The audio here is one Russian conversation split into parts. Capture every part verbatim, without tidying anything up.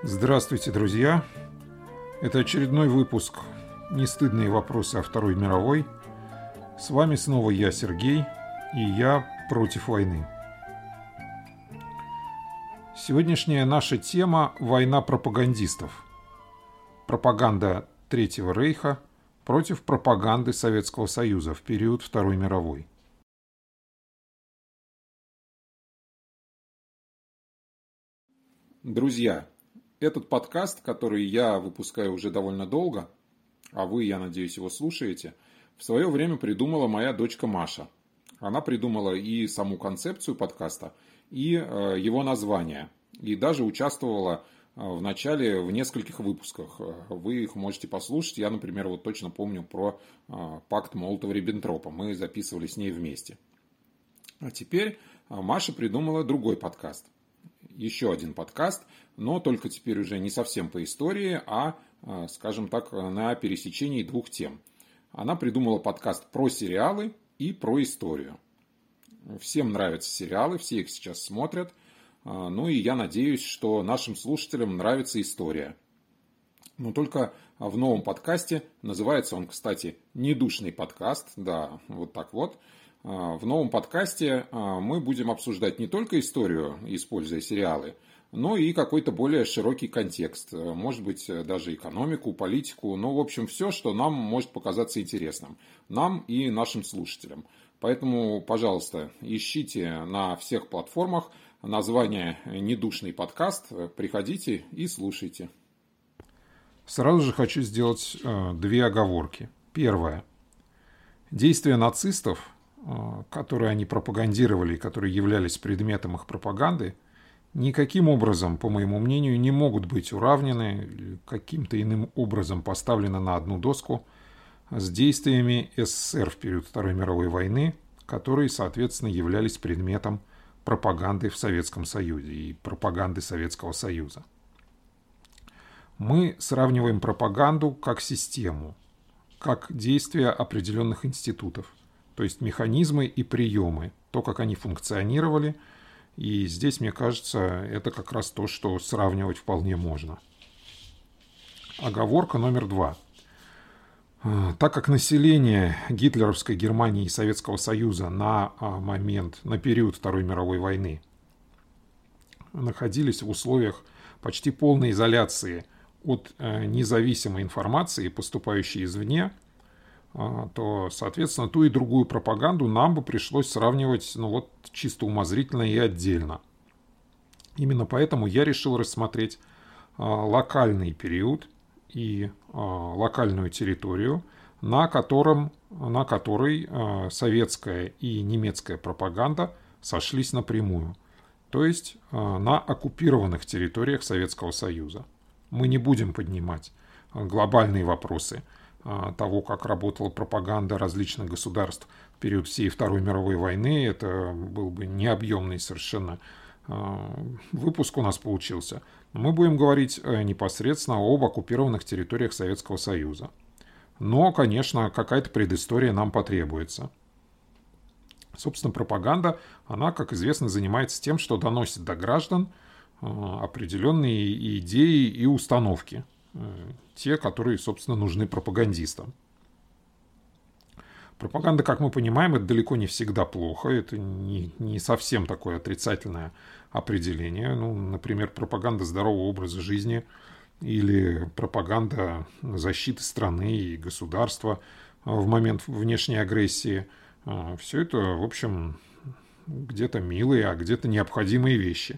Здравствуйте, друзья! Это очередной выпуск «Нестыдные вопросы о Второй мировой». С вами снова я, Сергей, и я против войны. Сегодняшняя наша тема – война пропагандистов. Пропаганда Третьего Рейха против пропаганды Советского Союза в период Второй мировой. Друзья, этот подкаст, который я выпускаю уже довольно долго, а вы, я надеюсь, его слушаете, в свое время придумала моя дочка Маша. Она придумала и саму концепцию подкаста, и его название. И даже участвовала в начале в нескольких выпусках. Вы их можете послушать. Я, например, вот точно помню про пакт Молотова-Риббентропа. Мы записывали с ней вместе. А теперь Маша придумала другой подкаст. Еще один подкаст, но только теперь уже не совсем по истории, а, скажем так, на пересечении двух тем. Она придумала подкаст про сериалы и про историю. Всем нравятся сериалы, все их сейчас смотрят. Ну и я надеюсь, что нашим слушателям нравится история. Но только в новом подкасте, называется он, кстати, «Недушный подкаст», да, вот так вот. В новом подкасте мы будем обсуждать не только историю, используя сериалы, но и какой-то более широкий контекст. Может быть, даже экономику, политику. Ну, в общем, все, что нам может показаться интересным. Нам и нашим слушателям. Поэтому, пожалуйста, ищите на всех платформах название «Недушный подкаст». Приходите и слушайте. Сразу же хочу сделать э, две оговорки. Первое. Действия нацистов, которые они пропагандировали, которые являлись предметом их пропаганды, никаким образом, по моему мнению, не могут быть уравнены или каким-то иным образом поставлены на одну доску с действиями СССР в период Второй мировой войны, которые, соответственно, являлись предметом пропаганды в Советском Союзе и пропаганды Советского Союза. Мы сравниваем пропаганду как систему, как действия определенных институтов. То есть механизмы и приемы, то, как они функционировали. И здесь, мне кажется, это как раз то, что сравнивать вполне можно. Оговорка номер два. Так как население гитлеровской Германии и Советского Союза на момент, на период Второй мировой войны находились в условиях почти полной изоляции от независимой информации, поступающей извне, то, соответственно, ту и другую пропаганду нам бы пришлось сравнивать, ну вот, чисто умозрительно и отдельно. Именно поэтому я решил рассмотреть а, локальный период и а, локальную территорию, на, котором, на которой а, советская и немецкая пропаганда сошлись напрямую. То есть а, на оккупированных территориях Советского Союза. Мы не будем поднимать глобальные вопросы того, как работала пропаганда различных государств в период всей Второй мировой войны. Это был бы необъемный совершенно выпуск у нас получился. Мы будем говорить непосредственно об оккупированных территориях Советского Союза. Но, конечно, какая-то предыстория нам потребуется. Собственно, пропаганда, она, как известно, занимается тем, что доносит до граждан определенные идеи и установки. Те, которые, собственно, нужны пропагандистам. Пропаганда, как мы понимаем, это далеко не всегда плохо. Это не, не совсем такое отрицательное определение. Ну, например, пропаганда здорового образа жизни или пропаганда защиты страны и государства в момент внешней агрессии. Все это, в общем, где-то милые, а где-то необходимые вещи.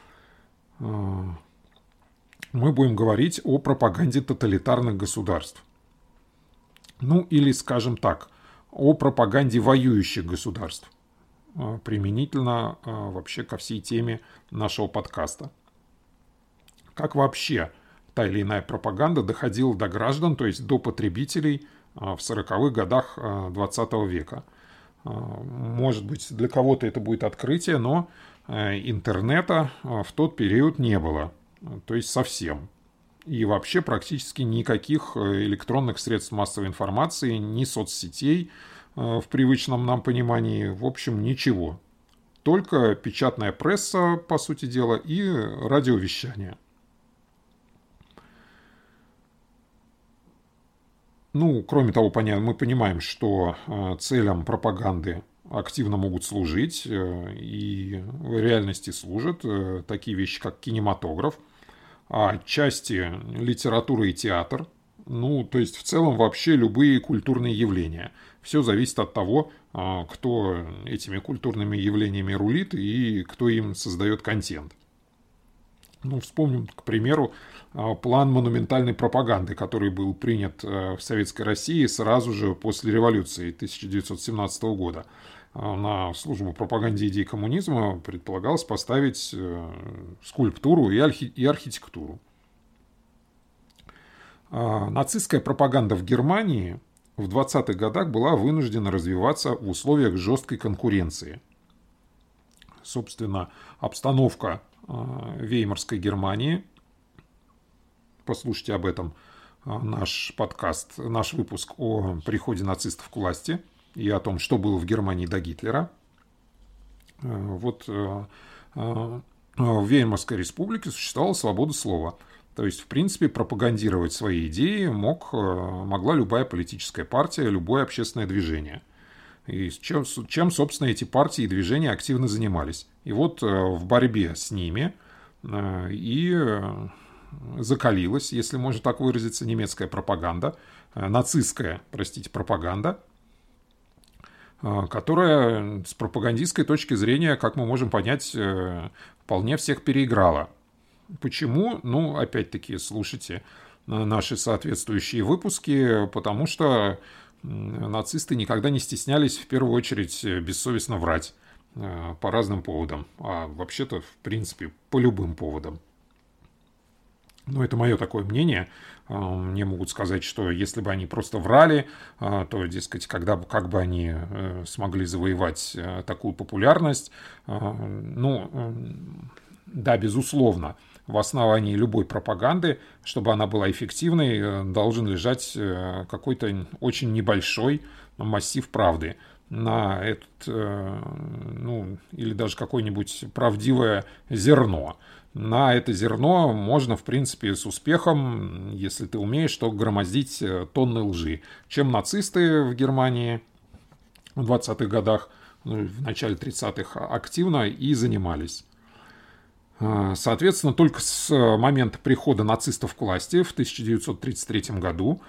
Мы будем говорить о пропаганде тоталитарных государств. Ну, или, скажем так, о пропаганде воюющих государств. Применительно вообще ко всей теме нашего подкаста. Как вообще та или иная пропаганда доходила до граждан, то есть до потребителей в сороковых годах двадцатого века. Может быть, для кого-то это будет открытие, но интернета в тот период не было. То есть совсем. И вообще практически никаких электронных средств массовой информации, ни соцсетей в привычном нам понимании, в общем, ничего. Только печатная пресса, по сути дела, и радиовещание. Ну, кроме того, мы понимаем, что целям пропаганды активно могут служить и в реальности служат такие вещи, как кинематограф, а отчасти литература и театр. Ну, то есть в целом вообще любые культурные явления. Все зависит от того, кто этими культурными явлениями рулит и кто им создает контент. Ну, вспомним, к примеру, план монументальной пропаганды, который был принят в Советской России сразу же после революции тысяча девятьсот семнадцатого года. На службу пропаганде идей коммунизма предполагалось поставить скульптуру и архитектуру. Нацистская пропаганда в Германии в двадцатых годах была вынуждена развиваться в условиях жесткой конкуренции. Собственно, обстановка Веймарской Германии, послушайте об этом наш подкаст, наш выпуск о приходе нацистов к власти и о том, что было в Германии до Гитлера. Вот в Веймарской республике существовала свобода слова. То есть, в принципе, пропагандировать свои идеи мог, могла любая политическая партия, любое общественное движение. И чем, чем, собственно, эти партии и движения активно занимались. И вот в борьбе с ними и закалилась, если можно так выразиться, немецкая пропаганда, нацистская, простите, пропаганда, которая с пропагандистской точки зрения, как мы можем понять, вполне всех переиграла. Почему? Ну, опять-таки, слушайте наши соответствующие выпуски, потому что нацисты никогда не стеснялись, в первую очередь, бессовестно врать по разным поводам, а вообще-то, в принципе, по любым поводам. Но это мое такое мнение. Мне могут сказать, что если бы они просто врали, то, дескать, когда, как бы они смогли завоевать такую популярность, ну, да, безусловно, в основании любой пропаганды, чтобы она была эффективной, должен лежать какой-то очень небольшой массив правды. На этот, ну, или даже какое-нибудь правдивое зерно. На это зерно можно, в принципе, с успехом, если ты умеешь, то громоздить тонны лжи. Чем нацисты в Германии в двадцатых годах, ну, в начале тридцатых активно и занимались. Соответственно, только с момента прихода нацистов к власти в тысяча девятьсот тридцать третьем году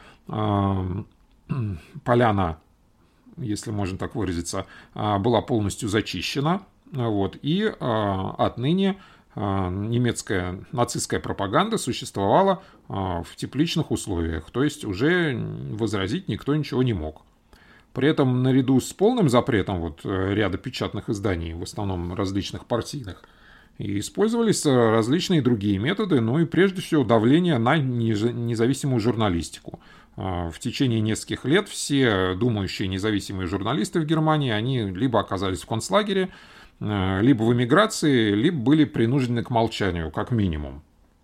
поляна, если можно так выразиться, была полностью зачищена. Вот, и отныне немецкая нацистская пропаганда существовала в тепличных условиях, то есть уже возразить никто ничего не мог. При этом наряду с полным запретом вот ряда печатных изданий, в основном различных партийных, и использовались различные другие методы, ну и прежде всего давление на независимую журналистику. В течение нескольких лет все думающие независимые журналисты в Германии, они либо оказались в концлагере, либо в эмиграции, либо были принуждены к молчанию, как минимум.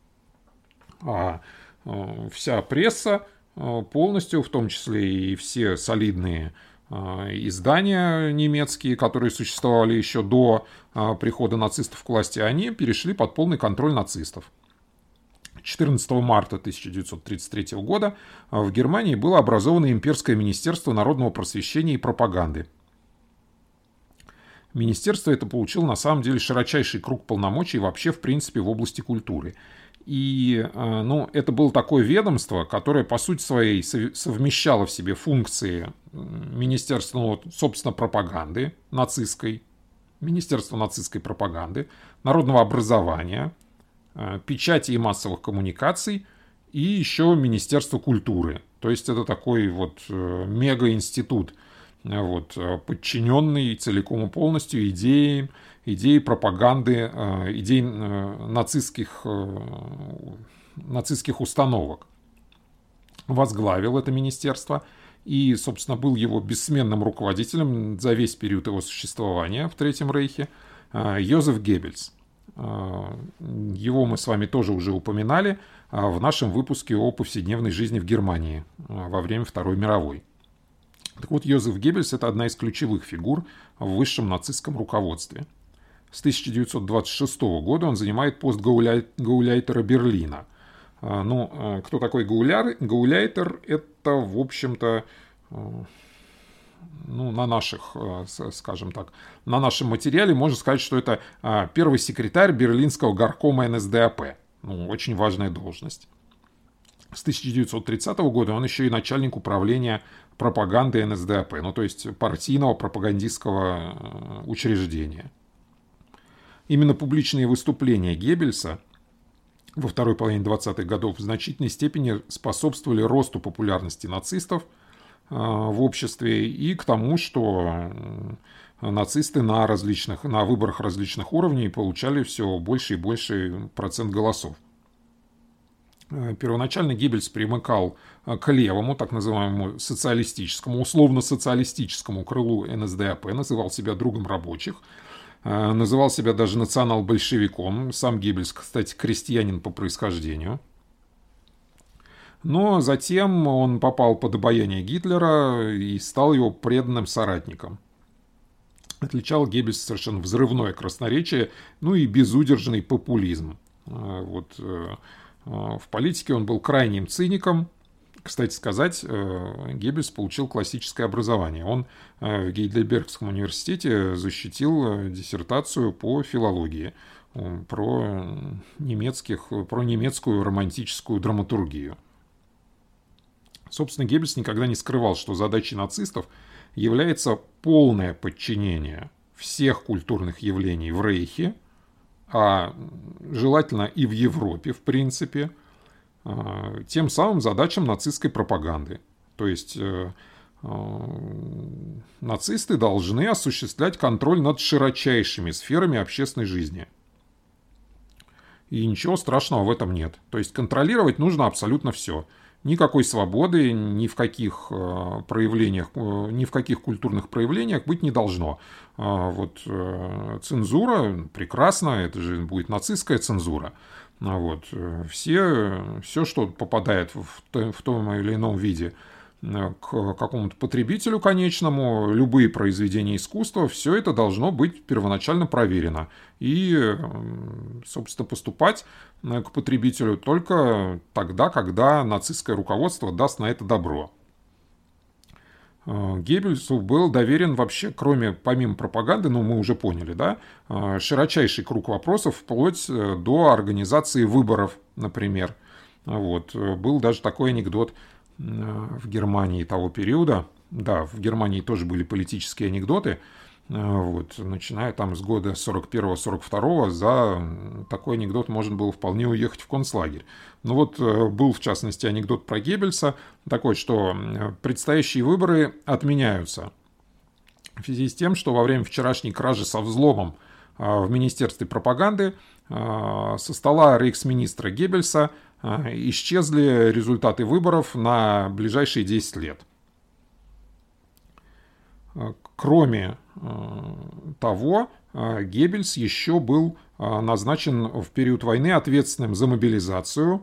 А вся пресса полностью, в том числе и все солидные издания немецкие, которые существовали еще до прихода нацистов к власти, они перешли под полный контроль нацистов. четырнадцатого марта тысяча девятьсот тридцать третьего года в Германии было образовано Имперское министерство народного просвещения и пропаганды. Министерство это получило на самом деле широчайший круг полномочий вообще в принципе в области культуры. И ну, это было такое ведомство, которое по сути своей совмещало в себе функции Министерства, ну, собственно, пропаганды нацистской, Министерства нацистской пропаганды, народного образования, печати и массовых коммуникаций и еще Министерство культуры. То есть это такой вот мегаинститут, вот, подчиненный целиком и полностью идеям, идеи пропаганды, идей нацистских, нацистских установок. Возглавил это министерство и, собственно, был его бессменным руководителем за весь период его существования в Третьем Рейхе Йозеф Геббельс. Его мы с вами тоже уже упоминали в нашем выпуске о повседневной жизни в Германии во время Второй мировой. Так вот, Йозеф Геббельс – это одна из ключевых фигур в высшем нацистском руководстве. С тысяча девятьсот двадцать шестого года он занимает пост гауляйтера Берлина. Ну, кто такой Гауляр? Гауляйтер? Это, в общем-то, ну, на наших, скажем так, на нашем материале можно сказать, что это первый секретарь Берлинского горкома эн эс дэ а пэ. Ну, очень важная должность. С тысяча девятьсот тридцатого года он еще и начальник управления пропаганды эн эс дэ а пэ, ну, то есть партийного пропагандистского учреждения. Именно публичные выступления Геббельса во второй половине двадцатых годов в значительной степени способствовали росту популярности нацистов в обществе и к тому, что нацисты на, различных, на выборах различных уровней получали все больше и больше процент голосов. Первоначально Геббельс примыкал к левому, так называемому социалистическому, условно-социалистическому крылу эн эс дэ а пэ, называл себя другом рабочих, называл себя даже национал-большевиком. Сам Геббельс, кстати, крестьянин по происхождению. Но затем он попал под обаяние Гитлера и стал его преданным соратником. Отличал Геббельс совершенно взрывное красноречие, ну и безудержный популизм. Вот, в политике он был крайним циником. Кстати сказать, Геббельс получил классическое образование. Он в Гейдельбергском университете защитил диссертацию по филологии про, немецких, про немецкую романтическую драматургию. Собственно, Геббельс никогда не скрывал, что задачей нацистов является полное подчинение всех культурных явлений в Рейхе, а желательно и в Европе, в принципе, тем самым задачам нацистской пропаганды. То есть э, э, нацисты должны осуществлять контроль над широчайшими сферами общественной жизни. И ничего страшного в этом нет. То есть контролировать нужно абсолютно все. Никакой свободы ни в каких э, проявлениях, э, ни в каких культурных проявлениях быть не должно. Э, вот э, цензура прекрасно, это же будет нацистская цензура. Вот. Все, все, что попадает в, в том или ином виде к какому-то потребителю конечному, любые произведения искусства, все это должно быть первоначально проверено. И, собственно, поступать к потребителю только тогда, когда нацистское руководство даст на это добро. Геббельсу был доверен вообще, кроме, помимо пропаганды, ну, мы уже поняли, да, широчайший круг вопросов, вплоть до организации выборов, например. Вот. Был даже такой анекдот в Германии того периода. Да, в Германии тоже были политические анекдоты. Вот, начиная там с года сорок первого — сорок второго, за такой анекдот можно было вполне уехать в концлагерь. Ну вот был, в частности, анекдот про Геббельса, такой, что предстоящие выборы отменяются в связи с тем, что во время вчерашней кражи со взломом в Министерстве пропаганды со стола рейхсминистра Геббельса исчезли результаты выборов на ближайшие десять лет. Кроме того, Геббельс еще был назначен в период войны ответственным за мобилизацию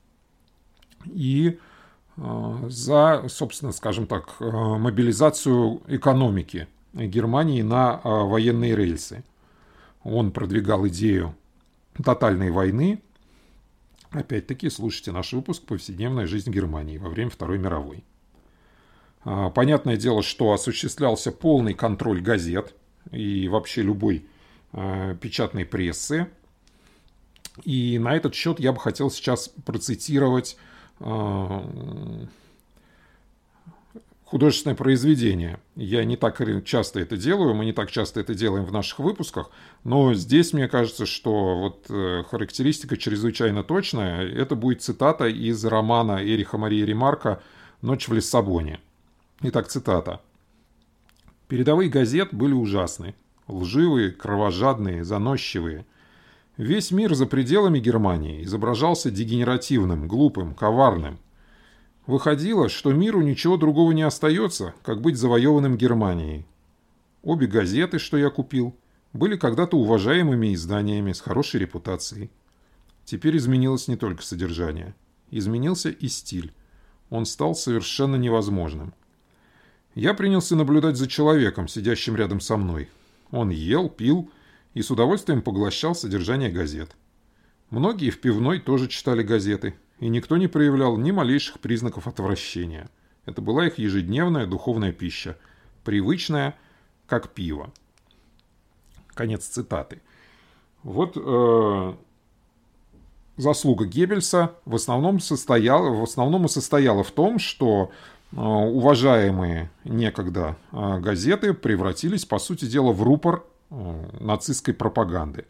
и за, собственно, скажем так, мобилизацию экономики Германии на военные рельсы. Он продвигал идею тотальной войны. Опять-таки, слушайте наш выпуск «Повседневная жизнь Германии во время Второй мировой». Понятное дело, что осуществлялся полный контроль газет и вообще любой э, печатной прессы. И на этот счет я бы хотел сейчас процитировать э, художественное произведение. Я не так часто это делаю, мы не так часто это делаем в наших выпусках, но здесь мне кажется, что вот э, характеристика чрезвычайно точная. Это будет цитата из романа Эриха Марии Ремарка «Ночь в Лиссабоне». Итак, цитата. «Передовые газеты были ужасны. Лживые, кровожадные, заносчивые. Весь мир за пределами Германии изображался дегенеративным, глупым, коварным. Выходило, что миру ничего другого не остается, как быть завоеванным Германией. Обе газеты, что я купил, были когда-то уважаемыми изданиями с хорошей репутацией. Теперь изменилось не только содержание. Изменился и стиль. Он стал совершенно невозможным. Я принялся наблюдать за человеком, сидящим рядом со мной. Он ел, пил и с удовольствием поглощал содержание газет. Многие в пивной тоже читали газеты. и никто не проявлял ни малейших признаков отвращения. Это была их ежедневная духовная пища, привычная, как пиво. Конец цитаты. Вот э, заслуга Геббельса в основном состояла, в основном и состояла в том, что э, уважаемые некогда э, газеты превратились, по сути дела, в рупор э, нацистской пропаганды.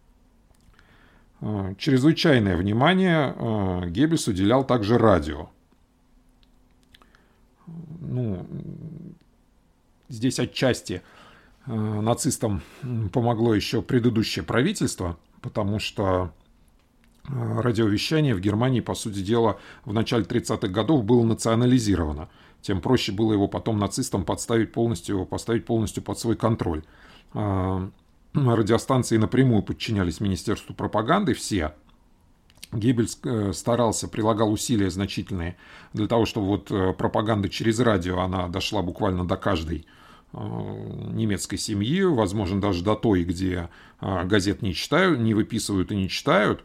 Э, чрезвычайное внимание э, Геббельс уделял также радио. Ну, здесь отчасти э, нацистам помогло еще предыдущее правительство, потому что э, радиовещание в Германии, по сути дела, в начале тридцатых годов было национализировано. Тем проще было его потом нацистам подставить полностью, поставить полностью под свой контроль. Э, радиостанции напрямую подчинялись Министерству пропаганды, все. Геббельс старался, прилагал усилия значительные для того, чтобы вот пропаганда через радио, она дошла буквально до каждой немецкой семьи, возможно, даже до той, где газет не читают, не выписывают и не читают.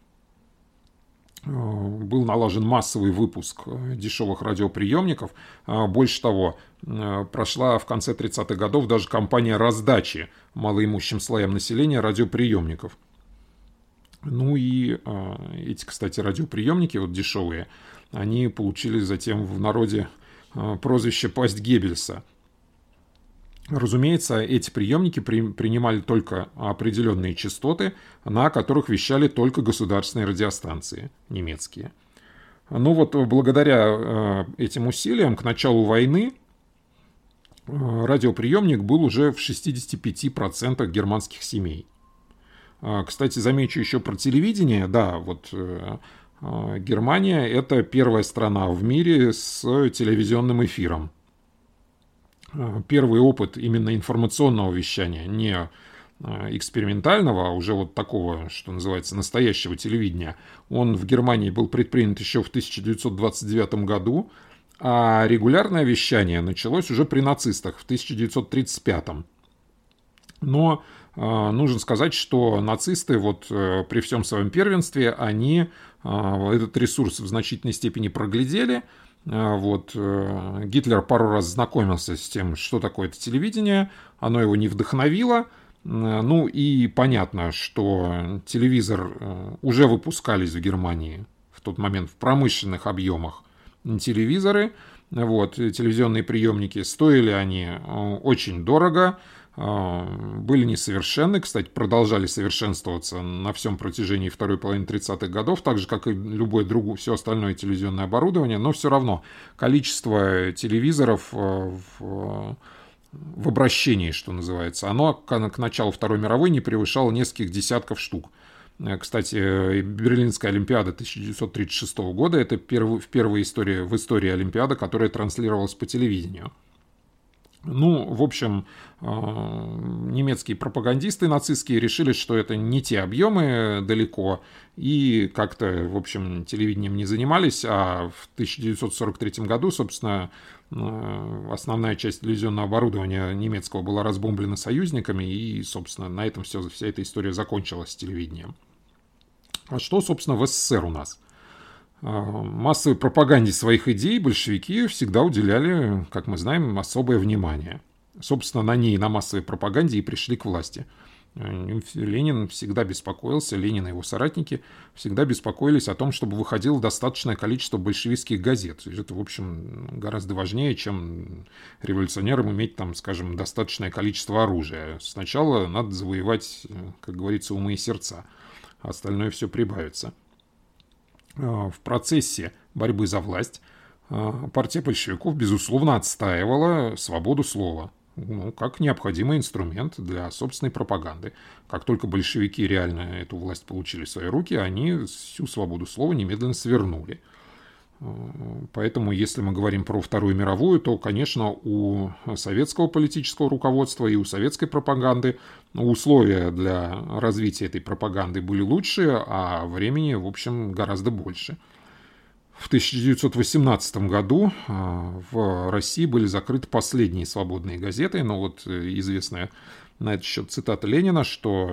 Был налажен массовый выпуск дешевых радиоприемников. Больше того, прошла в конце тридцатых годов даже кампания раздачи малоимущим слоям населения радиоприемников. Ну и э, эти, кстати, радиоприемники, вот дешевые, они получили затем в народе э, прозвище «Пасть Геббельса». Разумеется, эти приемники при, принимали только определенные частоты, на которых вещали только государственные радиостанции немецкие. Ну вот благодаря э, этим усилиям к началу войны э, радиоприемник был уже в шестидесяти пяти процентах германских семей. Кстати, замечу еще про телевидение. Да, вот э, Германия – это первая страна в мире с телевизионным эфиром. Первый опыт именно информационного вещания, не экспериментального, а уже вот такого, что называется, настоящего телевидения, он в Германии был предпринят еще в тысяча девятьсот двадцать девятом году, а регулярное вещание началось уже при нацистах в тысяча девятьсот тридцать пятом. Но нужно сказать, что нацисты вот при всем своем первенстве, они этот ресурс в значительной степени проглядели. Вот, Гитлер пару раз знакомился с тем, что такое это телевидение, оно его не вдохновило. Ну и понятно, что телевизор уже выпускались в Германии в тот момент в промышленных объемах телевизоры. Вот, телевизионные приемники, стоили они очень дорого. Были несовершенны, кстати, продолжали совершенствоваться на всем протяжении второй половины тридцатых годов, так же, как и любое другое, все остальное телевизионное оборудование, но все равно количество телевизоров в, в обращении, что называется, оно к, к началу Второй мировой не превышало нескольких десятков штук. Кстати, Берлинская Олимпиада тысяча девятьсот тридцать шестого года – это перв, первая история, в истории Олимпиада, которая транслировалась по телевидению. Ну, в общем, немецкие пропагандисты нацистские решили, что это не те объемы далеко, и как-то, в общем, телевидением не занимались, а в тысяча девятьсот сорок третьем году, собственно, основная часть телевизионного оборудования немецкого была разбомблена союзниками, и, собственно, на этом все, вся эта история закончилась с телевидением. А что, собственно, в СССР у нас? Массовой пропаганде своих идей большевики всегда уделяли, как мы знаем, особое внимание. Собственно, на ней, на массовой пропаганде и пришли к власти. Ленин всегда беспокоился, Ленин и его соратники всегда беспокоились о том, чтобы выходило достаточное количество большевистских газет. Это, в общем, гораздо важнее, чем революционерам иметь, там, скажем, достаточное количество оружия. Сначала надо завоевать, как говорится, умы и сердца, а остальное все прибавится. В процессе борьбы за власть партия большевиков, безусловно, отстаивала свободу слова, ну, как необходимый инструмент для собственной пропаганды. Как только большевики реально эту власть получили в свои руки, они всю свободу слова немедленно свернули. Поэтому, если мы говорим про Вторую мировую, то, конечно, у советского политического руководства и у советской пропаганды условия для развития этой пропаганды были лучше, а времени, в общем, гораздо больше. В тысяча девятьсот восемнадцатом году в России были закрыты последние свободные газеты, но вот известная на этот счет цитата Ленина, что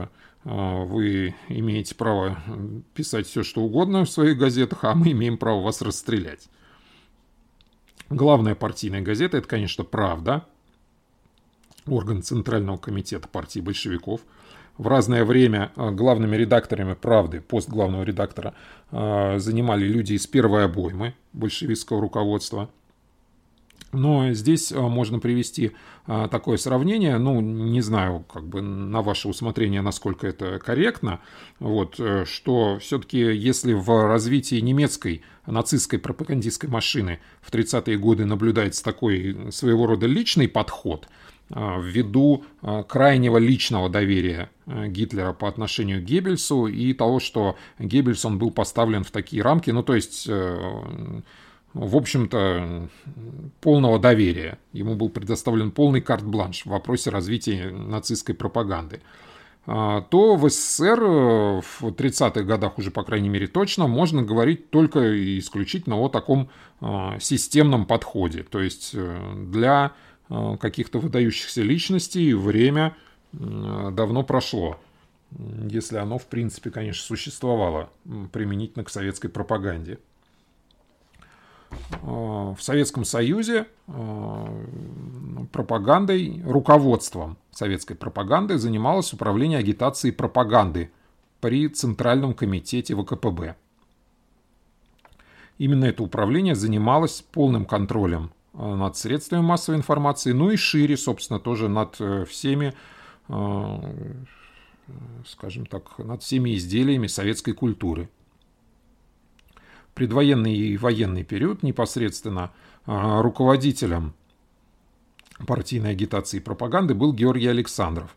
Вы имеете право писать все, что угодно в своих газетах, а мы имеем право вас расстрелять. Главная партийная газета – это, конечно, «Правда», орган Центрального комитета партии большевиков. В разное время главными редакторами «Правды», пост главного редактора, занимали люди из первой обоймы большевистского руководства. Но здесь можно привести такое сравнение, ну, не знаю, как бы на ваше усмотрение, насколько это корректно, вот, что все-таки если в развитии немецкой нацистской пропагандистской машины в тридцатые годы наблюдается такой своего рода личный подход, ввиду крайнего личного доверия Гитлера по отношению к Геббельсу и того, что Геббельс он был поставлен в такие рамки, ну, то есть, в общем-то, полного доверия. Ему был предоставлен полный карт-бланш в вопросе развития нацистской пропаганды. То в СССР в тридцатых годах уже, по крайней мере, точно можно говорить только и исключительно о таком системном подходе. То есть для каких-то выдающихся личностей время давно прошло, если оно, в принципе, конечно, существовало применительно к советской пропаганде. В Советском Союзе пропагандой, руководством советской пропаганды занималось Управление агитации и пропаганды при Центральном комитете ВКПБ. Именно это управление занималось полным контролем над средствами массовой информации, ну и шире, собственно, тоже над всеми, скажем так, над всеми изделиями советской культуры. Предвоенный и военный период непосредственно руководителем партийной агитации и пропаганды был Георгий Александров.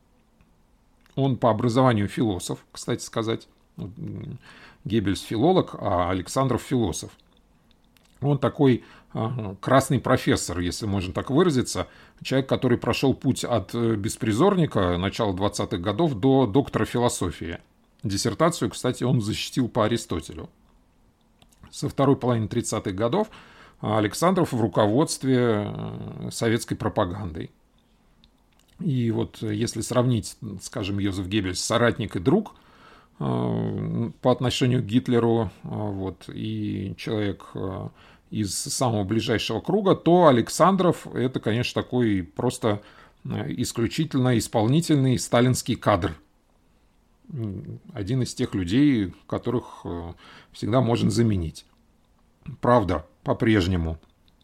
Он по образованию философ, кстати сказать. Геббельс филолог, а Александров философ. Он такой красный профессор, если можно так выразиться. Человек, который прошел путь от беспризорника начала двадцатых годов до доктора философии. Диссертацию, кстати, он защитил по Аристотелю. Со второй половины тридцатых годов Александров в руководстве советской пропагандой. И вот если сравнить, скажем, Йозеф Геббельс, соратник и друг по отношению к Гитлеру, вот, и человек из самого ближайшего круга, то Александров — это, конечно, такой просто исключительно исполнительный сталинский кадр. Один из тех людей, которых всегда можно заменить. «Правда» по-прежнему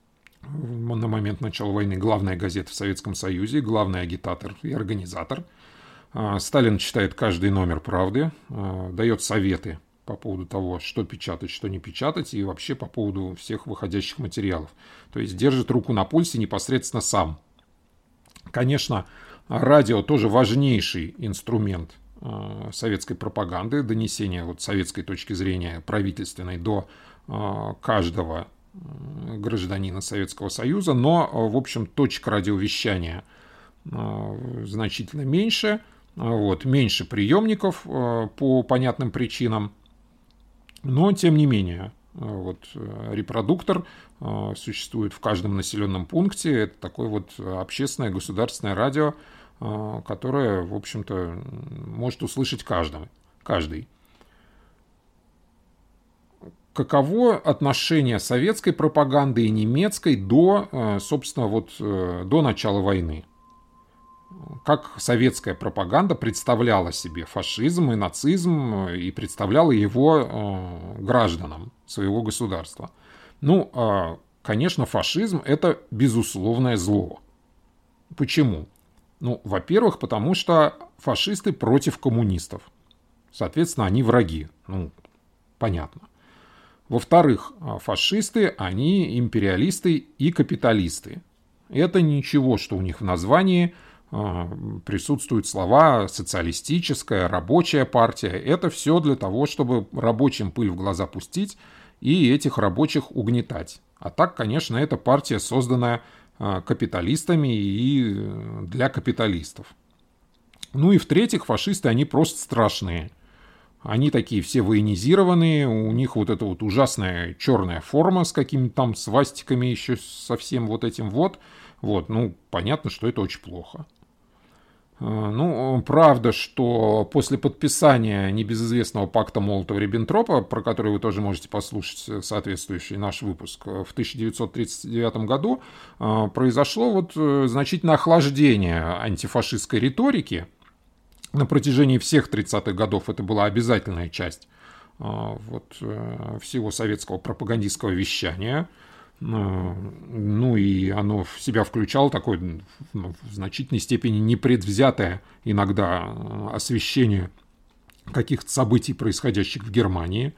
на момент начала войны главная газета в Советском Союзе, главный агитатор и организатор. Сталин читает каждый номер «Правды», дает советы по поводу того, что печатать, что не печатать, и вообще по поводу всех выходящих материалов. То есть держит руку на пульсе непосредственно сам. Конечно, радио тоже важнейший инструмент советской пропаганды, донесения вот советской точки зрения правительственной до каждого гражданина Советского Союза, но, в общем, точек радиовещания значительно меньше, вот, меньше приемников по понятным причинам, но, тем не менее, вот, репродуктор существует в каждом населенном пункте, это такое вот общественное государственное радио, которое, в общем-то, может услышать каждый. каждый. Каково отношение советской пропаганды и немецкой до, собственно, вот, до начала войны? Как советская пропаганда представляла себе фашизм и нацизм и представляла его гражданам своего государства? Ну, конечно, фашизм – это безусловное зло. Почему? Ну, во-первых, потому что фашисты против коммунистов. Соответственно, они враги. Ну, понятно. Во-вторых, фашисты, они империалисты и капиталисты. Это ничего, что у них в названии присутствуют слова «социалистическая», «рабочая партия». Это все для того, чтобы рабочим пыль в глаза пустить и этих рабочих угнетать. А так, конечно, это партия, созданная капиталистами и для капиталистов. Ну и в-третьих, фашисты, они просто страшные. Они такие все военизированные, у них вот эта вот ужасная черная форма с какими-то там свастиками еще со всем вот этим вот. Вот, ну, понятно, что это очень плохо. Ну, правда, что после подписания небезызвестного пакта Молотова-Риббентропа, про который вы тоже можете послушать соответствующий наш выпуск, в тысяча девятьсот тридцать девятом году произошло вот значительное охлаждение антифашистской риторики. На протяжении всех тридцатых годов это была обязательная часть вот, всего советского пропагандистского вещания. Ну и оно в себя включало такое, ну, в значительной степени непредвзятое иногда освещение каких-то событий, происходящих в Германии.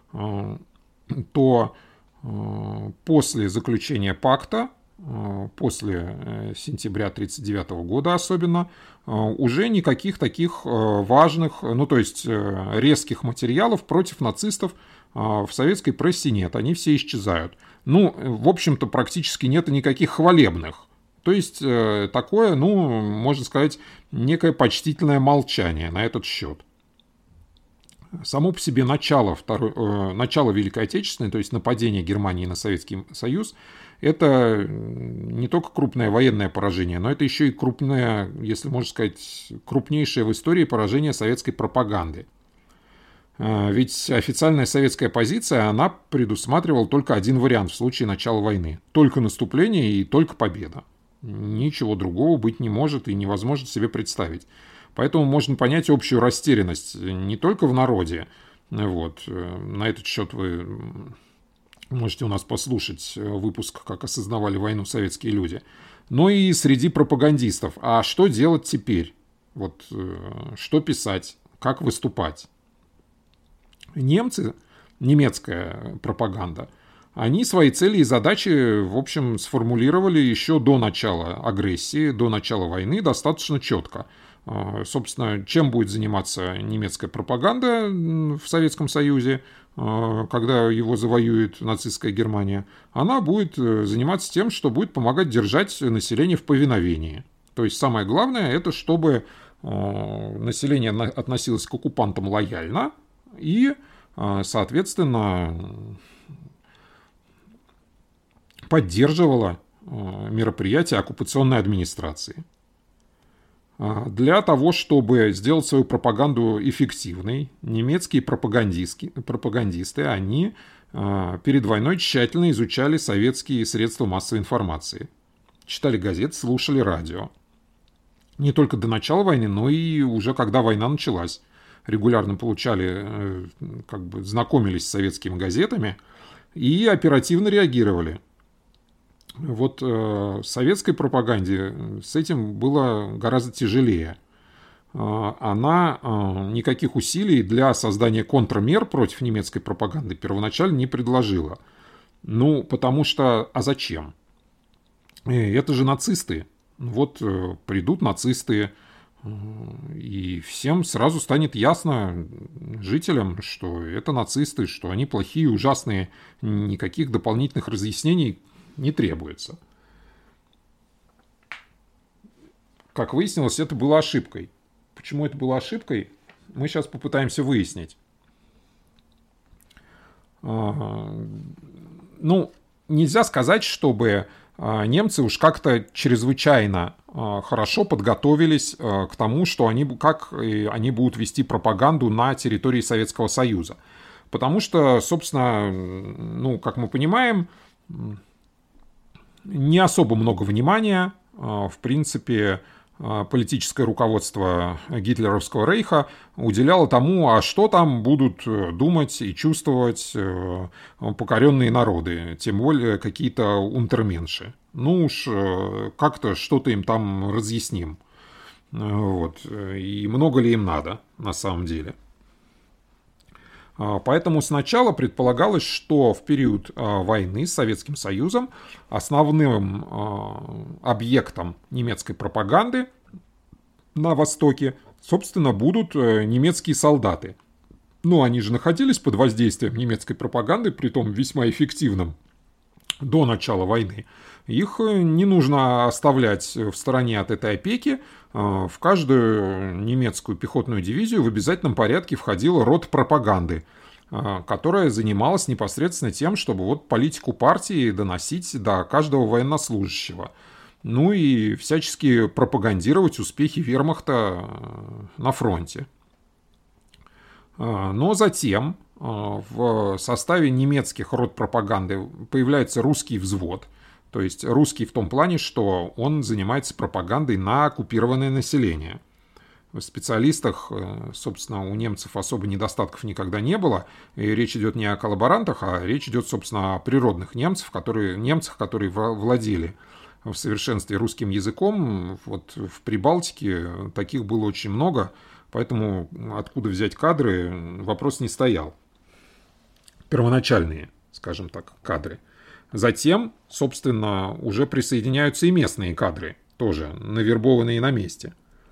То после заключения пакта, после сентября тысяча девятьсот тридцать девятого года особенно, уже никаких таких важных, ну то есть резких материалов против нацистов в советской прессе нет, они все исчезают. Ну, в общем-то, практически нет и никаких хвалебных. То есть, такое, ну, можно сказать, некое почтительное молчание на этот счет. Само по себе начало, второй, начало Великой Отечественной, то есть нападение Германии на Советский Союз, это не только крупное военное поражение, но это еще и крупное, если можно сказать, крупнейшее в истории поражение советской пропаганды. Ведь официальная советская позиция, она предусматривала только один вариант в случае начала войны. Только наступление и только победа. Ничего другого быть не может и невозможно себе представить. Поэтому можно понять общую растерянность не только в народе. Вот. На этот счет вы можете у нас послушать выпуск «Как осознавали войну советские люди». Но и среди пропагандистов. А что делать теперь? Вот, что писать? Как выступать? Немцы, немецкая пропаганда, они свои цели и задачи, в общем, сформулировали еще до начала агрессии, до начала войны достаточно четко. Собственно, чем будет заниматься немецкая пропаганда в Советском Союзе, когда его завоюет нацистская Германия? Она будет заниматься тем, что будет помогать держать население в повиновении. То есть самое главное, это чтобы население относилось к оккупантам лояльно, и, соответственно, поддерживала мероприятия оккупационной администрации. Для того, чтобы сделать свою пропаганду эффективной, немецкие пропагандисты, они перед войной тщательно изучали советские средства массовой информации. Читали газеты, слушали радио. Не только до начала войны, но и уже когда война началась. Регулярно получали, как бы знакомились с советскими газетами и оперативно реагировали. Вот э, советской пропаганде с этим было гораздо тяжелее. Э, она э, никаких усилий для создания контрмер против немецкой пропаганды первоначально не предложила. Ну, потому что, а зачем? Э, это же нацисты. Вот э, придут нацисты, и всем сразу станет ясно, жителям, что это нацисты, что они плохие, ужасные, никаких дополнительных разъяснений не требуется. Как выяснилось, это было ошибкой. Почему это было ошибкой, мы сейчас попытаемся выяснить. Ну, нельзя сказать, чтобы немцы уж как-то чрезвычайно хорошо подготовились к тому, что они, как они будут вести пропаганду на территории Советского Союза. Потому что, собственно, ну, как мы понимаем, не особо много внимания, в принципе, политическое руководство гитлеровского рейха уделяло тому, а что там будут думать и чувствовать покоренные народы, тем более какие-то унтерменши. Ну уж как-то что-то им там разъясним. Вот. И много ли им надо на самом деле. Поэтому сначала предполагалось, что в период войны с Советским Союзом основным объектом немецкой пропаганды на Востоке, собственно, будут немецкие солдаты. Ну, они же находились под воздействием немецкой пропаганды, притом весьма эффективным, до начала войны. Их не нужно оставлять в стороне от этой опеки. В каждую немецкую пехотную дивизию в обязательном порядке входила рота пропаганды, которая занималась непосредственно тем, чтобы вот политику партии доносить до каждого военнослужащего. ну и всячески пропагандировать успехи вермахта на фронте. Но затем в составе немецких рот пропаганды появляется русский взвод, то есть русский в том плане, что он занимается пропагандой на оккупированное население. В специалистах, собственно, у немцев особо недостатков никогда не было, и речь идет не о коллаборантах, а речь идет, собственно, о природных немцах, которые, немцах, которые владели в совершенстве русским языком. Вот в Прибалтике таких было очень много, поэтому откуда взять кадры, вопрос не стоял. Первоначальные, скажем так, кадры. Затем, собственно, уже присоединяются и местные кадры, тоже навербованные на месте.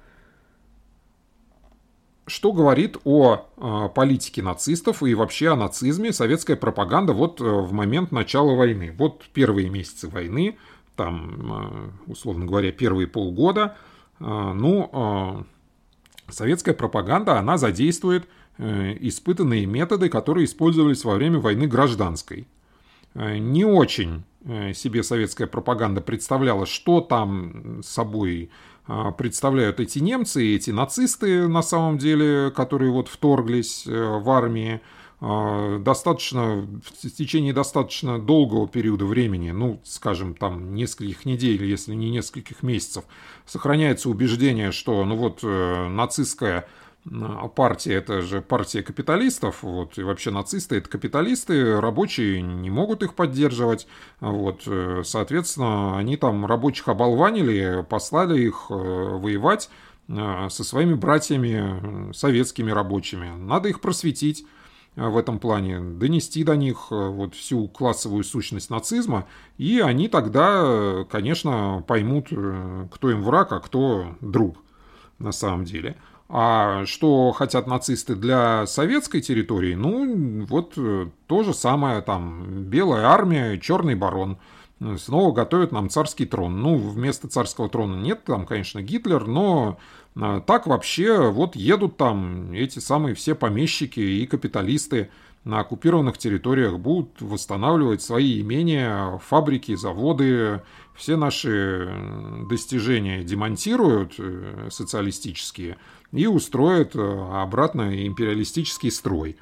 Что говорит о э, политике нацистов и вообще о нацизме советская пропаганда вот э, в момент начала войны? Вот первые месяцы войны, там, э, условно говоря, первые полгода, э, ну, э, советская пропаганда, она задействует э, испытанные методы, которые использовались во время войны гражданской. Э, не очень э, себе советская пропаганда представляла, что там собой представляют эти немцы и эти нацисты, на самом деле, которые вот вторглись в армии достаточно, в течение достаточно долгого периода времени, ну, скажем, там, нескольких недель, если не нескольких месяцев, сохраняется убеждение, что, ну, вот, нацистская партия — это же партия капиталистов, вот, и вообще нацисты — это капиталисты, рабочие не могут их поддерживать, вот, соответственно, они там рабочих оболванили, послали их воевать со своими братьями советскими рабочими. Надо их просветить в этом плане, донести до них вот всю классовую сущность нацизма, и они тогда, конечно, поймут, кто им враг, а кто друг на самом деле. А что хотят нацисты для советской территории? Ну, вот то же самое, там, Белая армия, Черный барон. Снова готовят нам царский трон. Ну, вместо царского трона нет, там, конечно, Гитлер, но так вообще вот едут там эти самые все помещики и капиталисты на оккупированных территориях, будут восстанавливать свои имения, фабрики, заводы, все наши достижения демонтируют социалистические и устроят обратно империалистический строй.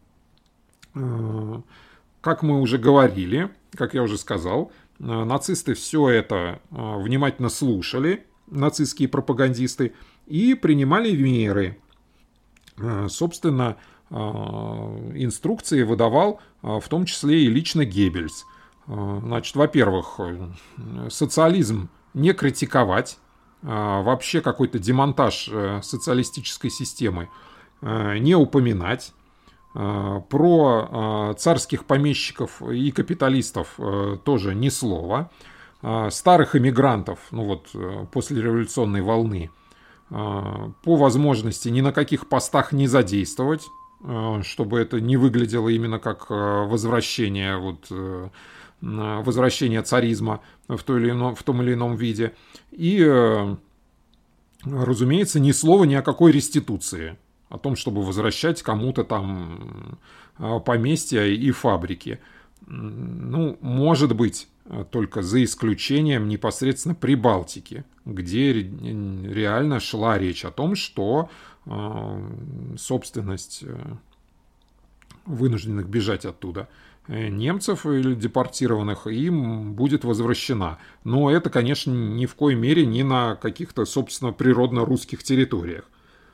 Как мы уже говорили, как я уже сказал, нацисты все это внимательно слушали, нацистские пропагандисты, и принимали меры. Собственно, инструкции выдавал в том числе и лично Геббельс. Значит, во-первых, социализм не критиковать, вообще какой-то демонтаж социалистической системы не упоминать, про царских помещиков и капиталистов тоже ни слова, старых эмигрантов, ну вот после революционной волны, по возможности ни на каких постах не задействовать, чтобы это не выглядело именно как возвращение, вот, возвращение царизма в, той или ином, в том или ином виде. И, разумеется, ни слова ни о какой реституции, о том, чтобы возвращать кому-то там поместья и фабрики. Ну, может быть, только за исключением непосредственно Прибалтики, где реально шла речь о том, что собственность вынужденных бежать оттуда немцев или депортированных им будет возвращена. Но это, конечно, ни в коей мере не на каких-то, собственно, природно-русских территориях.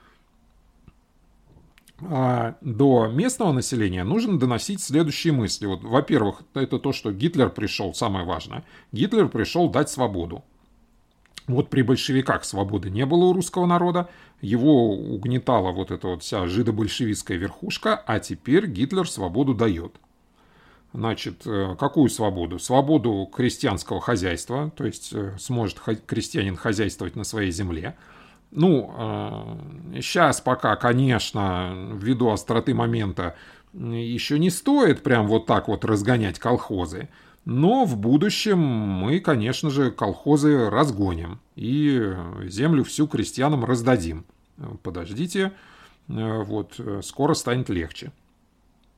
А до местного населения нужно доносить следующие мысли. Вот, во-первых, это то, что Гитлер пришел, самое важное. Гитлер пришел дать свободу. Вот при большевиках свободы не было у русского народа, его угнетала вот эта вот вся жидобольшевистская верхушка, а теперь Гитлер свободу дает. Значит, какую свободу? Свободу крестьянского хозяйства, то есть сможет крестьянин хозяйствовать на своей земле. Ну, сейчас пока, конечно, ввиду остроты момента, еще не стоит прям вот так вот разгонять колхозы. Но в будущем мы, конечно же, колхозы разгоним и землю всю крестьянам раздадим. Подождите, вот, скоро станет легче.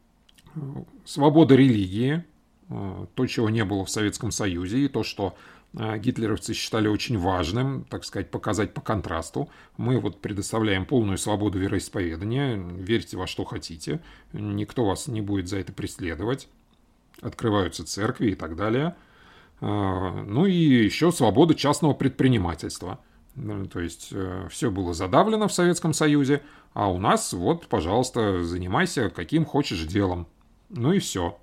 Свобода религии, то, чего не было в Советском Союзе, и то, что гитлеровцы считали очень важным, так сказать, показать по контрасту. Мы вот предоставляем полную свободу вероисповедания, верьте во что хотите, никто вас не будет за это преследовать, открываются церкви и так далее. Ну и еще свобода частного предпринимательства. То есть все было задавлено в Советском Союзе, а у нас вот, пожалуйста, занимайся каким хочешь делом. Ну и все.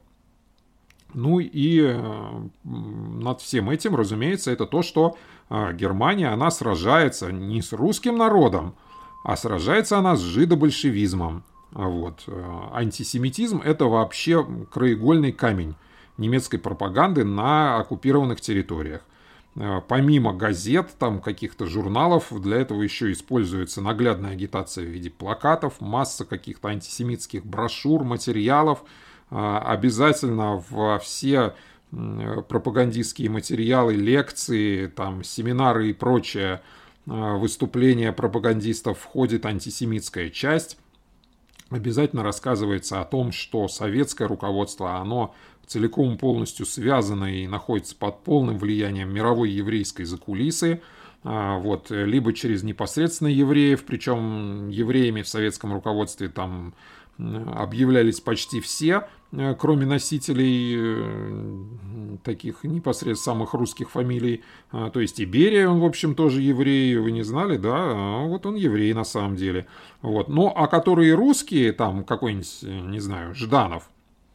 Ну и над всем этим, разумеется, это то, что Германия, она сражается не с русским народом, а сражается она с жидобольшевизмом. Вот. Антисемитизм – это вообще краеугольный камень немецкой пропаганды на оккупированных территориях. Помимо газет, там каких-то журналов, для этого еще используется наглядная агитация в виде плакатов, масса каких-то антисемитских брошюр, материалов. Обязательно во все пропагандистские материалы, лекции, там, семинары и прочее выступления пропагандистов входит антисемитская часть. Обязательно рассказывается о том, что советское руководство, оно целиком полностью связано и находится под полным влиянием мировой еврейской закулисы, вот, либо через непосредственно евреев, причем евреями в советском руководстве там объявлялись почти все, кроме носителей таких непосредственно самых русских фамилий. То есть и Берия, он, в общем, тоже еврей, вы не знали, да? Вот он еврей на самом деле. Вот. Ну, а которые русские, там какой-нибудь, не знаю, Жданов,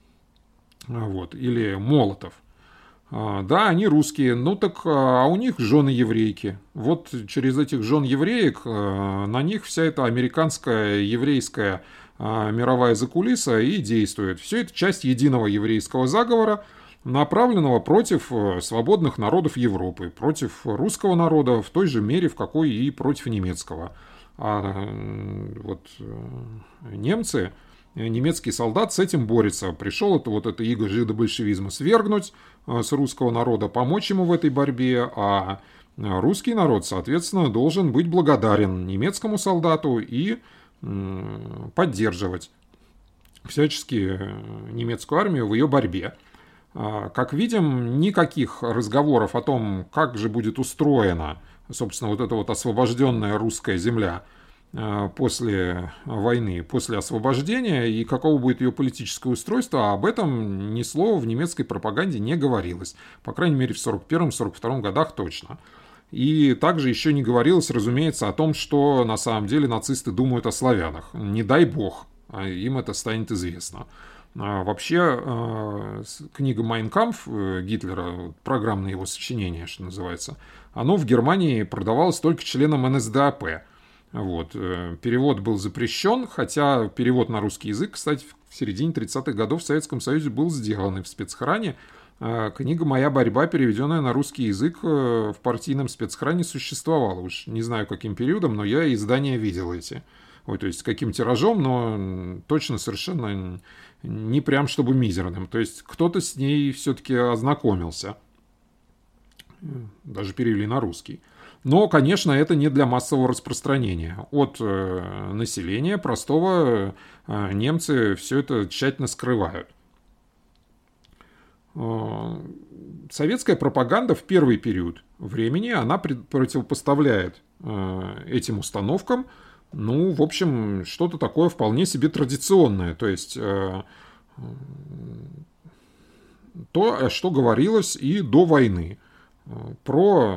вот, или Молотов, да, они русские, ну так, а у них жены еврейки. Вот через этих жен евреек на них вся эта американская еврейская мировая закулиса и действует. Все это часть единого еврейского заговора, направленного против свободных народов Европы, против русского народа в той же мере, в какой и против немецкого. А вот немцы, немецкий солдат с этим борется. Пришел это вот это иго жидобольшевизма свергнуть с русского народа, помочь ему в этой борьбе, а русский народ, соответственно, должен быть благодарен немецкому солдату и поддерживать всячески немецкую армию в ее борьбе. Как видим, никаких разговоров о том, как же будет устроена, собственно, вот эта вот освобожденная русская земля после войны, после освобождения, и каково будет ее политическое устройство, об этом ни слова в немецкой пропаганде не говорилось. По крайней мере, в сорок первом — сорок втором годах точно. И также еще не говорилось, разумеется, о том, что на самом деле нацисты думают о славянах. Не дай бог, им это станет известно. Вообще, книга «Майн кампф» Гитлера, программное его сочинение, что называется, оно в Германии продавалось только членам эн эс дэ а пэ. Вот. Перевод был запрещен, хотя перевод на русский язык, кстати, в середине тридцатых годов в Советском Союзе был сделан и в спецхране. Книга «Моя борьба», переведенная на русский язык, в партийном спецхране существовала. Уж не знаю, каким периодом, но я издания видел эти. Ой, то есть, с каким тиражом, но точно совершенно не прям чтобы мизерным. То есть, кто-то с ней все-таки ознакомился. Даже перевели на русский. Но, конечно, это не для массового распространения. От э, населения простого э, немцы все это тщательно скрывают. Советская пропаганда в первый период времени, она противопоставляет этим установкам, ну, в общем, что-то такое вполне себе традиционное. То есть, то, что говорилось и до войны. Про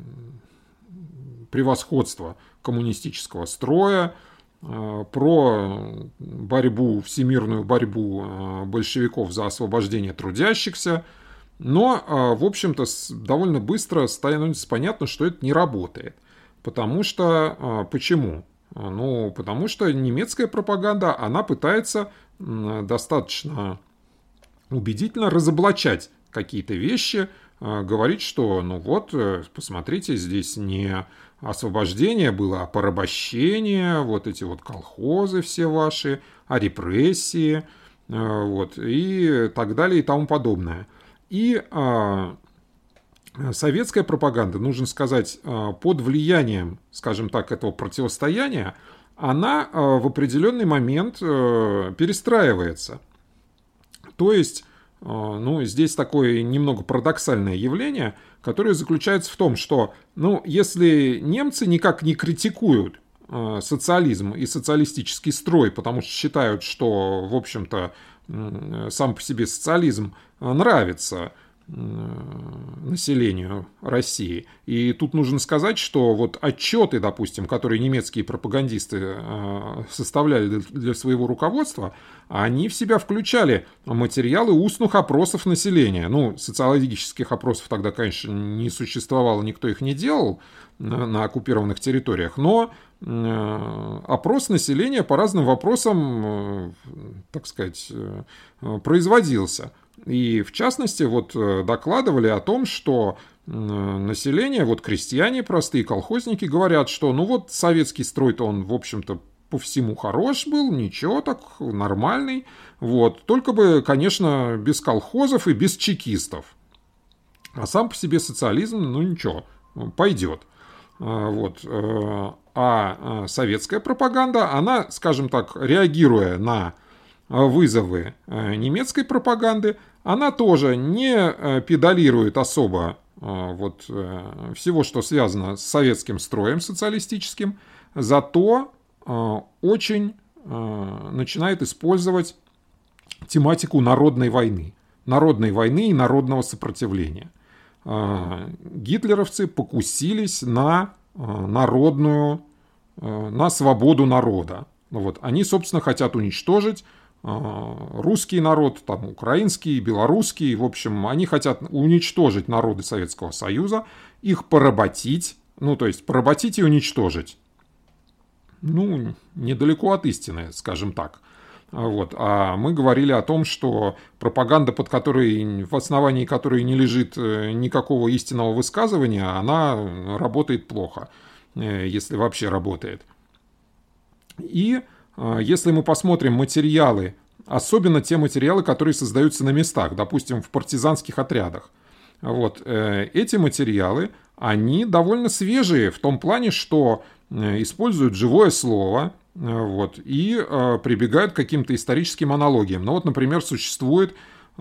превосходство коммунистического строя, про борьбу, всемирную борьбу большевиков за освобождение трудящихся. Но, в общем-то, довольно быстро становится понятно, что это не работает. Потому что... Почему? Ну, потому что немецкая пропаганда, она пытается достаточно убедительно разоблачать какие-то вещи, говорить, что, ну вот, посмотрите, здесь не освобождение было, а порабощение, вот эти вот колхозы все ваши, а репрессии, вот, и так далее и тому подобное. И а, советская пропаганда, нужно сказать, под влиянием, скажем так, этого противостояния, она в определенный момент перестраивается. То есть ну, здесь такое немного парадоксальное явление, которое заключается в том, что, ну, если немцы никак не критикуют социализм и социалистический строй, потому что считают, что, в общем-то, сам по себе социализм нравится населению России. И тут нужно сказать, что вот отчеты, допустим, которые немецкие пропагандисты составляли для своего руководства, они в себя включали материалы устных опросов населения. Ну, социологических опросов тогда, конечно, не существовало, никто их не делал на оккупированных территориях, но опрос населения по разным вопросам, так сказать, производился. И в частности, вот докладывали о том, что население, вот крестьяне простые, колхозники говорят, что ну вот советский строй-то он, в общем-то, по всему хорош был, ничего так, нормальный. Вот. Только бы, конечно, без колхозов и без чекистов. А сам по себе социализм, ну ничего, пойдет. Вот. А советская пропаганда, она, скажем так, реагируя на вызовы немецкой пропаганды, она тоже не педалирует особо вот всего, что связано с советским строем социалистическим, зато очень начинает использовать тематику народной войны, народной войны и народного сопротивления. Гитлеровцы покусились на народную, на свободу народа. Вот. Они, собственно, хотят уничтожить русский народ, там, украинский, белорусский, в общем, они хотят уничтожить народы Советского Союза, их поработить, ну, то есть поработить и уничтожить. Ну, недалеко от истины, скажем так. Вот. А мы говорили о том, что пропаганда, под которой, в основании которой не лежит никакого истинного высказывания, она работает плохо, если вообще работает. И если мы посмотрим материалы, особенно те материалы, которые создаются на местах, допустим, в партизанских отрядах, вот, эти материалы, они довольно свежие в том плане, что используют живое слово, вот, и прибегают к каким-то историческим аналогиям. Ну вот, например, существует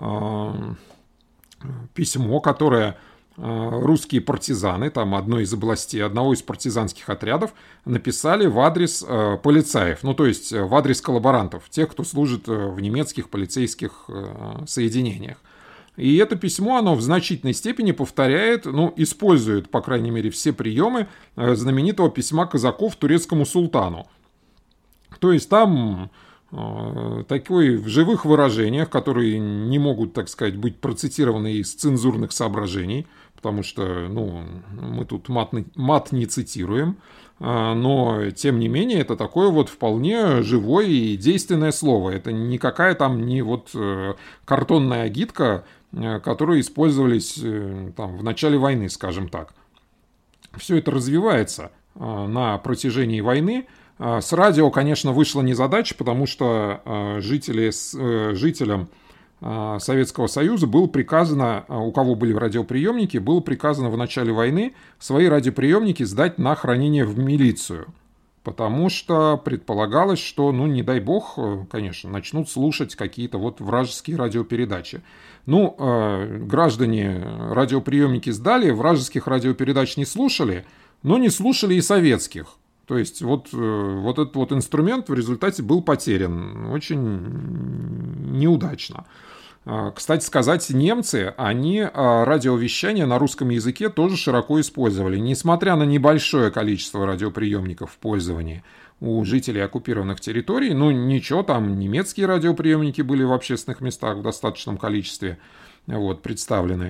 письмо, которое русские партизаны, там одной из областей, одного из партизанских отрядов, написали в адрес э, полицаев, ну то есть в адрес коллаборантов, тех, кто служит в немецких полицейских э, соединениях. И это письмо, оно в значительной степени повторяет, ну, использует, по крайней мере, все приемы э, знаменитого письма казаков турецкому султану. То есть там э, такой в живых выражениях, которые не могут, так сказать, быть процитированы из цензурных соображений, потому что, ну, мы тут мат, мат не цитируем, но, тем не менее, это такое вот вполне живое и действенное слово. Это никакая там не вот картонная агитка, которые использовались там в начале войны, скажем так. Все это развивается на протяжении войны. С радио, конечно, вышла незадача, потому что жители, жителям Советского Союза было приказано, у кого были радиоприемники, было приказано в начале войны свои радиоприемники сдать на хранение в милицию. Потому что предполагалось, что, ну, не дай бог, конечно, начнут слушать какие-то вот вражеские радиопередачи. Ну, э, граждане радиоприемники сдали, вражеских радиопередач не слушали, но не слушали и советских. То есть вот, вот этот вот инструмент в результате был потерян очень неудачно. Кстати сказать, немцы, они радиовещание на русском языке тоже широко использовали. Несмотря на небольшое количество радиоприемников в пользовании у жителей оккупированных территорий, ну ничего, там немецкие радиоприемники были в общественных местах в достаточном количестве вот, представлены.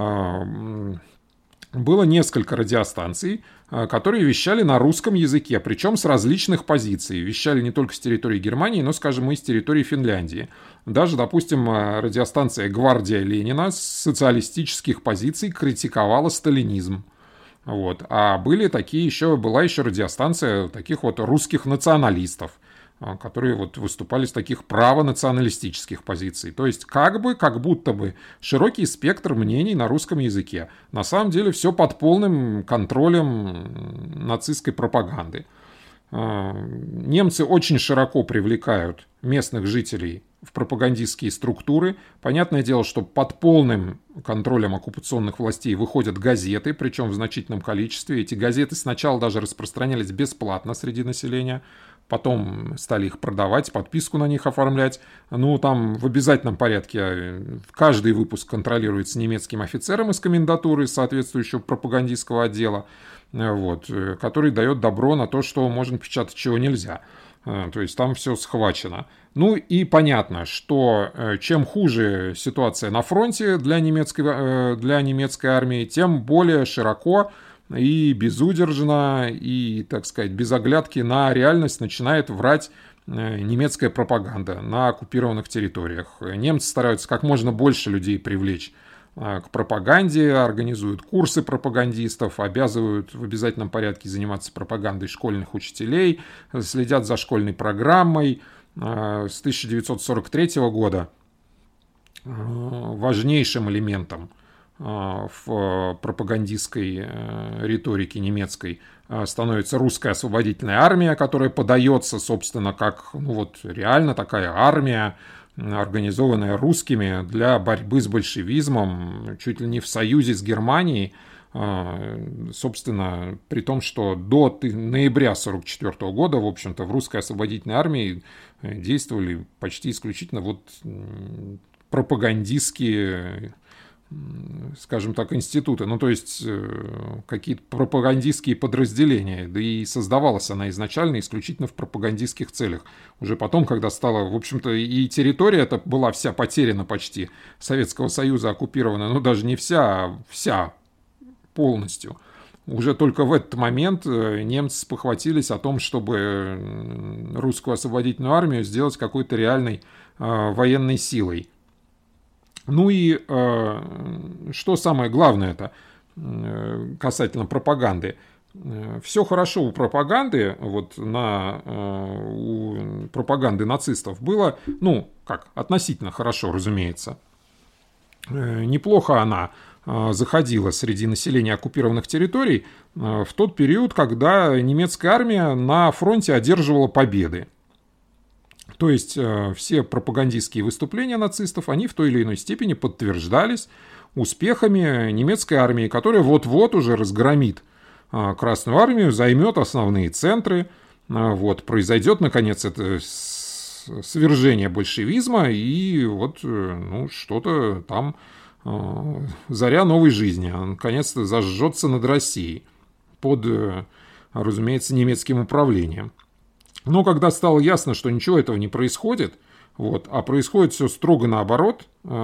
Было несколько радиостанций, которые вещали на русском языке, причем с различных позиций. Вещали не только с территории Германии, но, скажем, и с территории Финляндии. Даже, допустим, радиостанция «Гвардия Ленина» с социалистических позиций критиковала сталинизм. Вот. А были такие еще, была еще радиостанция таких вот русских националистов, которые вот выступали с таких правонационалистических позиций. То есть как бы, как будто бы широкий спектр мнений на русском языке. На самом деле все под полным контролем нацистской пропаганды. Немцы очень широко привлекают местных жителей в пропагандистские структуры. Понятное дело, что под полным контролем оккупационных властей выходят газеты, причем в значительном количестве. Эти газеты сначала даже распространялись бесплатно среди населения, потом стали их продавать, подписку на них оформлять. Ну, там в обязательном порядке каждый выпуск контролируется немецким офицером из комендатуры соответствующего пропагандистского отдела, вот, который дает добро на то, что можно печатать, чего нельзя. То есть там все схвачено. Ну и понятно, что чем хуже ситуация на фронте для немецкой, для немецкой армии, тем более широко и безудержно, и, так сказать, без оглядки на реальность начинает врать немецкая пропаганда на оккупированных территориях. Немцы стараются как можно больше людей привлечь к пропаганде, организуют курсы пропагандистов, обязывают в обязательном порядке заниматься пропагандой школьных учителей, следят за школьной программой. С тысяча девятьсот сорок третьего года важнейшим элементом в пропагандистской риторике немецкой становится русская освободительная армия, которая подается, собственно, как ну вот, реально такая армия, организованная русскими для борьбы с большевизмом, чуть ли не в союзе с Германией, собственно, при том, что до ноября сорок четвёртого года, в общем-то, в русской освободительной армии действовали почти исключительно вот пропагандистские, скажем так, институты, ну, то есть какие-то пропагандистские подразделения, да и создавалась она изначально исключительно в пропагандистских целях. Уже потом, когда стала, в общем-то, и территория эта была вся потеряна почти, Советского Союза оккупирована, ну, даже не вся, а вся полностью. Уже только в этот момент немцы спохватились о том, чтобы русскую освободительную армию сделать какой-то реальной э, военной силой. Ну и э, что самое главное-то э, касательно пропаганды. Э, все хорошо у пропаганды, вот на, э, у пропаганды нацистов было, ну, как, относительно хорошо, разумеется. Э, неплохо она э, заходила среди населения оккупированных территорий э, в тот период, когда немецкая армия на фронте одерживала победы. То есть э, все пропагандистские выступления нацистов, они в той или иной степени подтверждались успехами немецкой армии, которая вот-вот уже разгромит э, Красную армию, займет основные центры, э, вот, произойдет, наконец, это свержение большевизма, и вот э, ну, что-то там, э, заря новой жизни, наконец-то зажжется над Россией под, э, разумеется, немецким управлением. Но когда стало ясно, что ничего этого не происходит, вот, а происходит все строго наоборот,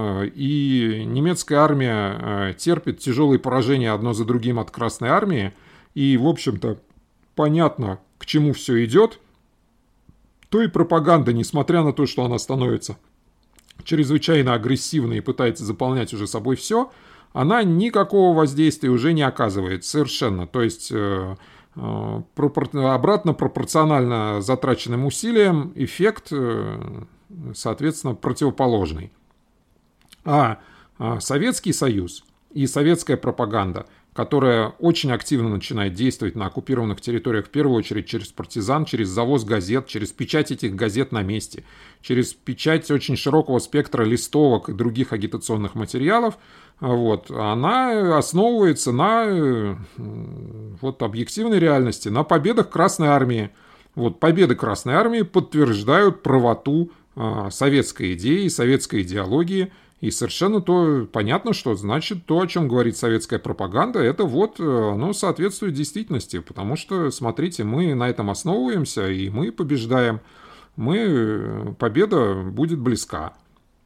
и немецкая армия терпит тяжелые поражения одно за другим от Красной армии, и, в общем-то, понятно, к чему все идет, то и пропаганда, несмотря на то, что она становится чрезвычайно агрессивной и пытается заполнять уже собой все, она никакого воздействия уже не оказывает совершенно. То есть обратно пропорционально затраченным усилиям эффект, соответственно, противоположный. А Советский Союз и советская пропаганда, которая очень активно начинает действовать на оккупированных территориях, в первую очередь через партизан, через завоз газет, через печать этих газет на месте, через печать очень широкого спектра листовок и других агитационных материалов, вот, она основывается на вот, объективной реальности, на победах Красной армии. Вот, победы Красной армии подтверждают правоту а, советской идеи, советской идеологии. И совершенно то понятно, что значит то, о чем говорит советская пропаганда, это вот оно соответствует действительности. Потому что, смотрите, мы на этом основываемся, и мы побеждаем. Мы, победа будет близка.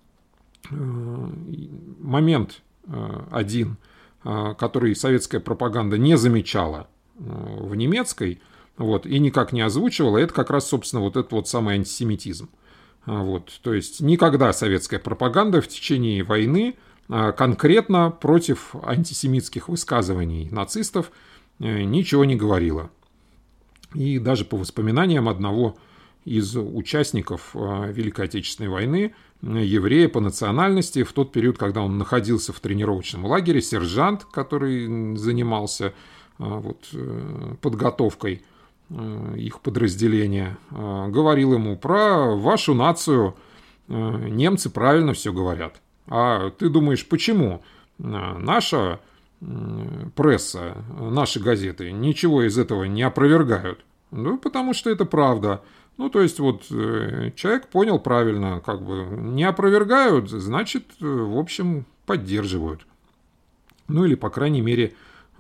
Момент один, который советская пропаганда не замечала в немецкой, вот, и никак не озвучивала, это как раз, собственно, вот этот вот самый антисемитизм. Вот, то есть никогда советская пропаганда в течение войны конкретно против антисемитских высказываний нацистов ничего не говорила. И даже по воспоминаниям одного из участников Великой Отечественной войны, еврея по национальности, в тот период, когда он находился в тренировочном лагере, сержант, который занимался вот, подготовкой их подразделения, говорил ему про вашу нацию, немцы правильно все говорят. А ты думаешь, почему наша пресса, наши газеты ничего из этого не опровергают? Ну, потому что это правда. Ну, то есть, вот человек понял правильно, как бы не опровергают, значит, в общем, поддерживают. Ну, или, по крайней мере,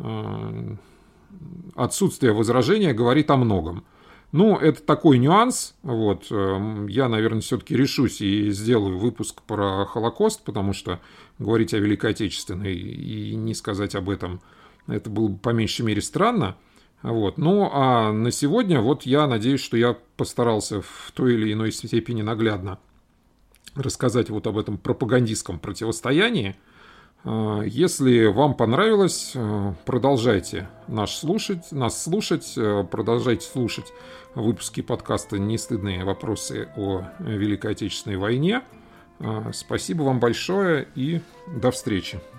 отсутствие возражения говорит о многом. Ну, это такой нюанс. Вот. Я, наверное, все-таки решусь и сделаю выпуск про Холокост, потому что говорить о Великой Отечественной и не сказать об этом, это было бы по меньшей мере странно. Вот. Ну, а на сегодня вот я надеюсь, что я постарался в той или иной степени наглядно рассказать вот об этом пропагандистском противостоянии. Если вам понравилось, продолжайте нас слушать, нас слушать, продолжайте слушать выпуски подкаста «Нестыдные вопросы о Великой Отечественной войне». Спасибо вам большое и до встречи.